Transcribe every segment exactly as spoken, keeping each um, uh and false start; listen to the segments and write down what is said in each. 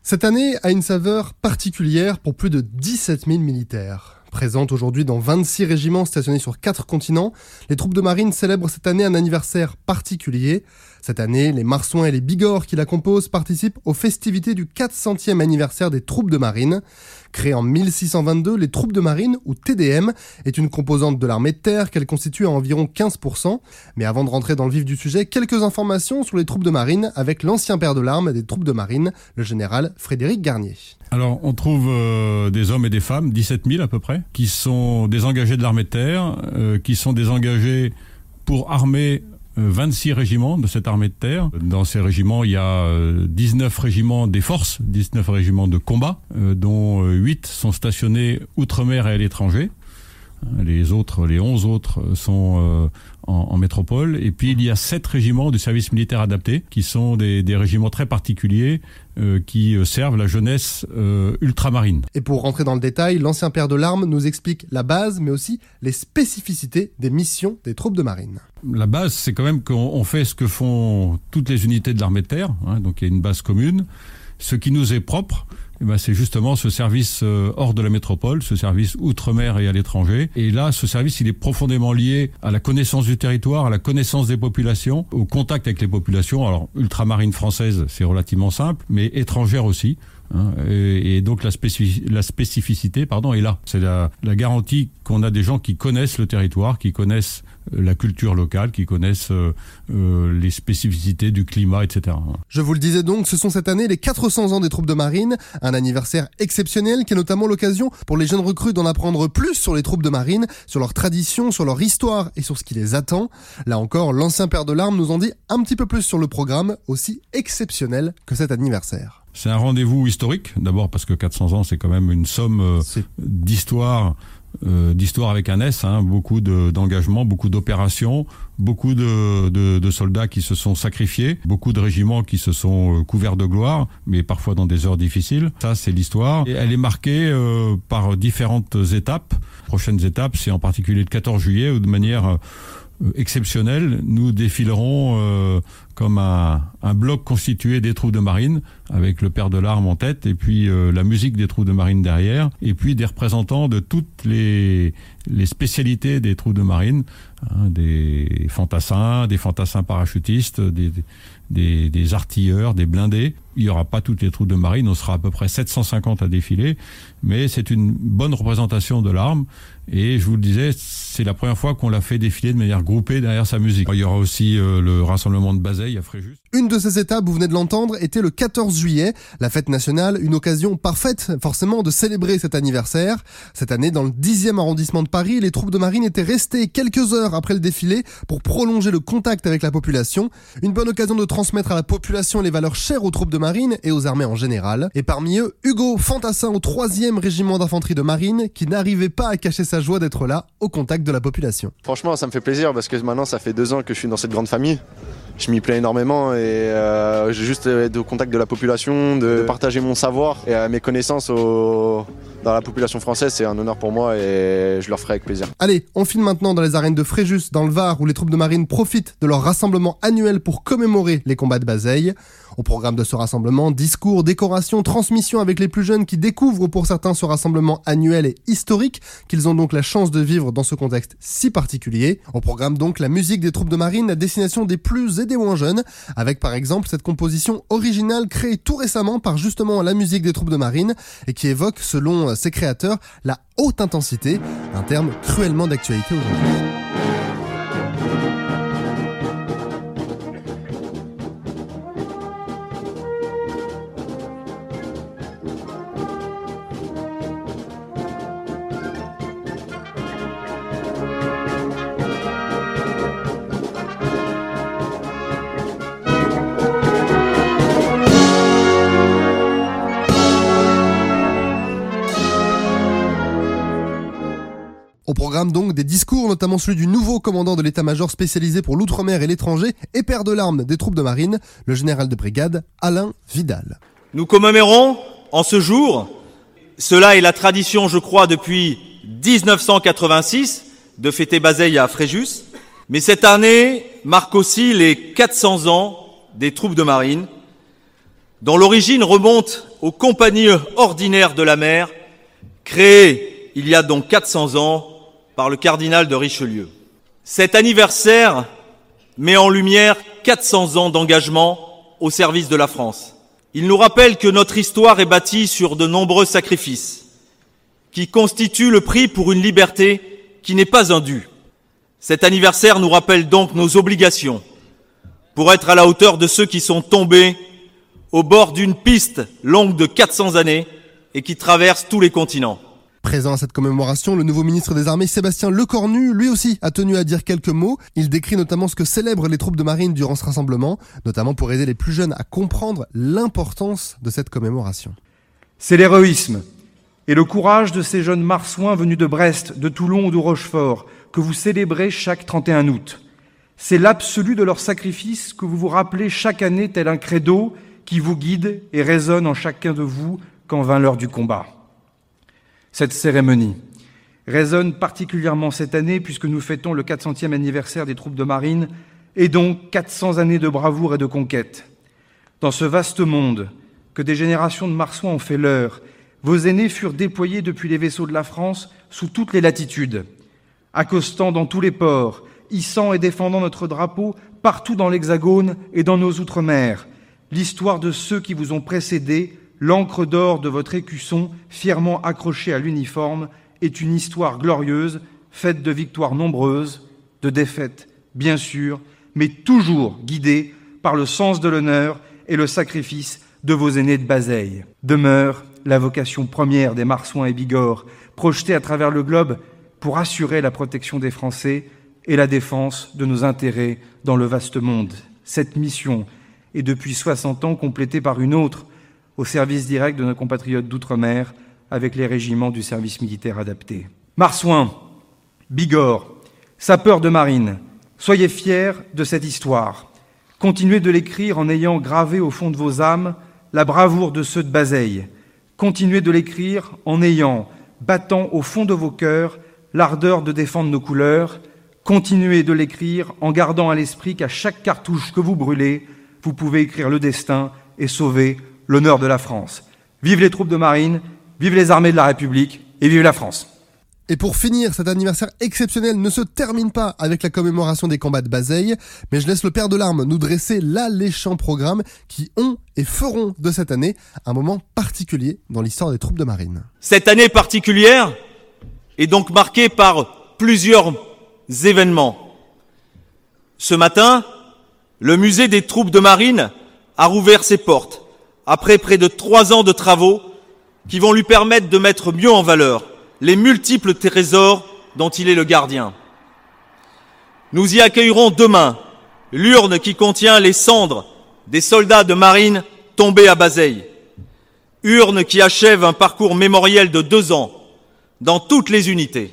Cette année a une saveur particulière pour plus de dix-sept mille militaires. Présentes aujourd'hui dans vingt-six régiments stationnés sur quatre continents, les troupes de marine célèbrent cette année un anniversaire particulier. Cette année, les Marsouins et les Bigorres qui la composent participent aux festivités du quatre centième anniversaire des troupes de marine. Créées en mille six cent vingt-deux, les troupes de marine, ou T D M, est une composante de l'armée de terre qu'elle constitue à environ quinze pour cent. Mais avant de rentrer dans le vif du sujet, quelques informations sur les troupes de marine avec l'ancien père de l'arme des troupes de marine, le général Frédéric Garnier. Alors, on trouve euh, des hommes et des femmes, dix-sept mille à peu près, qui sont désengagés de l'armée de terre, euh, qui sont désengagés pour armer vingt-six régiments de cette armée de terre. Dans ces régiments, il y a dix-neuf régiments des forces, dix-neuf régiments de combat, dont huit sont stationnés outre-mer et à l'étranger. Les autres, les onze autres sont en, en métropole. Et puis il y a sept régiments du service militaire adapté, qui sont des, des régiments très particuliers euh, qui servent la jeunesse euh, ultramarine. Et pour rentrer dans le détail, l'ancien père de l'arme nous explique la base, mais aussi les spécificités des missions des troupes de marine. La base, c'est quand même qu'on on fait ce que font toutes les unités de l'armée de terre, hein, donc il y a une base commune. Ce qui nous est propre, eh ben, c'est justement ce service euh, hors de la métropole, ce service outre-mer et à l'étranger. Et là, ce service, il est profondément lié à la connaissance du territoire, à la connaissance des populations, au contact avec les populations. Alors, ultramarine française, c'est relativement simple, mais étrangère aussi. Hein, et, et donc la, spécifi- la spécificité pardon, est là. C'est la, la garantie qu'on a des gens qui connaissent le territoire, qui connaissent la culture locale, qui connaissent euh, euh, les spécificités du climat, et cetera. Je vous le disais donc, ce sont cette année les quatre cents ans des troupes de marine, un anniversaire exceptionnel qui est notamment l'occasion pour les jeunes recrues d'en apprendre plus sur les troupes de marine, sur leurs traditions, sur leur histoire et sur ce qui les attend. Là encore, l'ancien père de l'arme nous en dit un petit peu plus sur le programme, aussi exceptionnel que cet anniversaire. C'est un rendez-vous historique, d'abord parce que quatre cents ans, c'est quand même une somme euh, d'histoire, euh, d'histoire avec un S, hein, beaucoup de, d'engagement, beaucoup d'opérations, beaucoup de, de, de soldats qui se sont sacrifiés, beaucoup de régiments qui se sont euh, couverts de gloire, mais parfois dans des heures difficiles. Ça, c'est l'histoire. Et elle est marquée euh, par différentes étapes. Prochaines étapes, c'est en particulier le quatorze juillet, où de manière euh, exceptionnelle, nous défilerons euh, comme un, un bloc constitué des troupes de marine, avec le père de l'arme en tête, et puis euh, la musique des troupes de marine derrière, et puis des représentants de toutes les, les spécialités des troupes de marine, hein, des fantassins, des fantassins parachutistes, des, des, des artilleurs, des blindés. Il n'y aura pas toutes les troupes de marine, on sera à peu près sept cent cinquante à défiler, mais c'est une bonne représentation de l'arme, et je vous le disais, c'est la première fois qu'on l'a fait défiler de manière groupée derrière sa musique. Il y aura aussi euh, le rassemblement de Bazeilles à Fréjus. Une de ces étapes, vous venez de l'entendre, était le quatorze juillet, la fête nationale, une occasion parfaite forcément de célébrer cet anniversaire. Cette année, dans le dixième arrondissement de Paris, les troupes de marine étaient restées quelques heures après le défilé pour prolonger le contact avec la population. Une bonne occasion de transmettre à la population les valeurs chères aux troupes de marine et aux armées en général. Et parmi eux, Hugo, fantassin au troisième régiment d'infanterie de marine, qui n'arrivait pas à cacher sa joie d'être là, au contact de la population. Franchement, ça me fait plaisir parce que maintenant, ça fait deux ans que je suis dans cette grande famille. Je m'y plais énormément et euh, j'ai juste être au contact de la population, de partager mon savoir et euh, mes connaissances au... dans la population française, c'est un honneur pour moi et je leur ferai avec plaisir. Allez, on file maintenant dans les arènes de Fréjus, dans le Var, où les troupes de marine profitent de leur rassemblement annuel pour commémorer les combats de Bazeilles. Au programme de ce rassemblement, discours, décoration, transmission avec les plus jeunes qui découvrent pour certains ce rassemblement annuel et historique, qu'ils ont donc la chance de vivre dans ce contexte si particulier. Au programme donc la musique des troupes de marine à destination des plus et des moins jeunes, avec par exemple cette composition originale créée tout récemment par justement la musique des troupes de marine et qui évoque, selon ses créateurs, la haute intensité, un terme cruellement d'actualité aujourd'hui. Au programme donc des discours, notamment celui du nouveau commandant de l'état-major spécialisé pour l'outre-mer et l'étranger et père de l'arme des troupes de marine, le général de brigade Alain Vidal. Nous commémorons en ce jour, cela est la tradition je crois depuis dix-neuf cent quatre-vingt-six, de fêter Bazeilles à Fréjus, mais cette année marque aussi les quatre cents ans des troupes de marine, dont l'origine remonte aux compagnies ordinaires de la mer, créées il y a donc quatre cents ans par le cardinal de Richelieu. Cet anniversaire met en lumière quatre cents ans d'engagement au service de la France. Il nous rappelle que notre histoire est bâtie sur de nombreux sacrifices, qui constituent le prix pour une liberté qui n'est pas un dû. Cet anniversaire nous rappelle donc nos obligations pour être à la hauteur de ceux qui sont tombés au bord d'une piste longue de quatre cents années et qui traverse tous les continents. Présent à cette commémoration, le nouveau ministre des Armées, Sébastien Lecornu, lui aussi a tenu à dire quelques mots. Il décrit notamment ce que célèbrent les troupes de marine durant ce rassemblement, notamment pour aider les plus jeunes à comprendre l'importance de cette commémoration. C'est l'héroïsme et le courage de ces jeunes marsouins venus de Brest, de Toulon ou de Rochefort que vous célébrez chaque trente et un août. C'est l'absolu de leur sacrifice que vous vous rappelez chaque année tel un credo qui vous guide et résonne en chacun de vous quand vint l'heure du combat. Cette cérémonie résonne particulièrement cette année puisque nous fêtons le quatre centième anniversaire des troupes de marine et donc quatre cents années de bravoure et de conquête. Dans ce vaste monde que des générations de marsouins ont fait leur, vos aînés furent déployés depuis les vaisseaux de la France sous toutes les latitudes, accostant dans tous les ports, hissant et défendant notre drapeau partout dans l'Hexagone et dans nos outre-mer. L'histoire de ceux qui vous ont précédés, l'encre d'or de votre écusson, fièrement accrochée à l'uniforme, est une histoire glorieuse, faite de victoires nombreuses, de défaites, bien sûr, mais toujours guidée par le sens de l'honneur et le sacrifice de vos aînés de Bazeilles. Demeure la vocation première des marsouins et bigorres, projetée à travers le globe pour assurer la protection des Français et la défense de nos intérêts dans le vaste monde. Cette mission est depuis soixante ans complétée par une autre, au service direct de nos compatriotes d'outre-mer avec les régiments du service militaire adapté. Marsouins, bigorres, sapeurs de marine, soyez fiers de cette histoire. Continuez de l'écrire en ayant gravé au fond de vos âmes la bravoure de ceux de Bazeilles. Continuez de l'écrire en ayant, battant au fond de vos cœurs, l'ardeur de défendre nos couleurs. Continuez de l'écrire en gardant à l'esprit qu'à chaque cartouche que vous brûlez, vous pouvez écrire le destin et sauver l'honneur de la France. Vive les troupes de marine, vive les armées de la République et vive la France. Et pour finir, cet anniversaire exceptionnel ne se termine pas avec la commémoration des combats de Bazeilles, mais je laisse le père de l'arme nous dresser l'alléchant programme qui ont et feront de cette année un moment particulier dans l'histoire des troupes de marine. Cette année particulière est donc marquée par plusieurs événements. Ce matin, le musée des troupes de marine a rouvert ses portes après près de trois ans de travaux qui vont lui permettre de mettre mieux en valeur les multiples trésors dont il est le gardien. Nous y accueillerons demain l'urne qui contient les cendres des soldats de marine tombés à Bazeilles. Urne qui achève un parcours mémoriel de deux ans dans toutes les unités.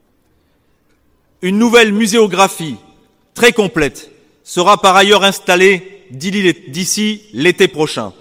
Une nouvelle muséographie très complète sera par ailleurs installée d'ici l'été prochain.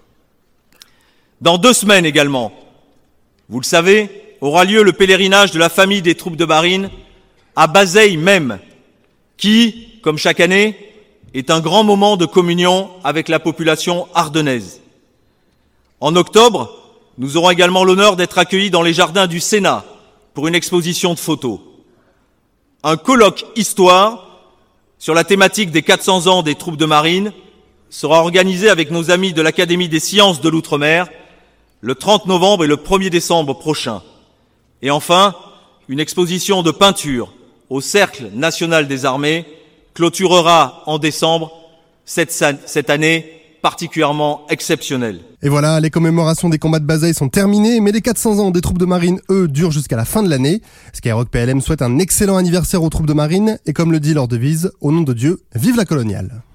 Dans deux semaines également, vous le savez, aura lieu le pèlerinage de la famille des troupes de marine à Bazeilles même, qui, comme chaque année, est un grand moment de communion avec la population ardennaise. En octobre, nous aurons également l'honneur d'être accueillis dans les jardins du Sénat pour une exposition de photos. Un colloque histoire sur la thématique des quatre cents ans des troupes de marine sera organisé avec nos amis de l'Académie des sciences de l'Outre-mer le trente novembre et le premier décembre prochain. Et enfin, une exposition de peinture au Cercle national des armées clôturera en décembre cette, cette année particulièrement exceptionnelle. Et voilà, les commémorations des combats de Bazeilles sont terminées, mais les quatre cents ans des troupes de marine, eux, durent jusqu'à la fin de l'année. Skyrock P L M souhaite un excellent anniversaire aux troupes de marine, et comme le dit leur devise, au nom de Dieu, vive la coloniale.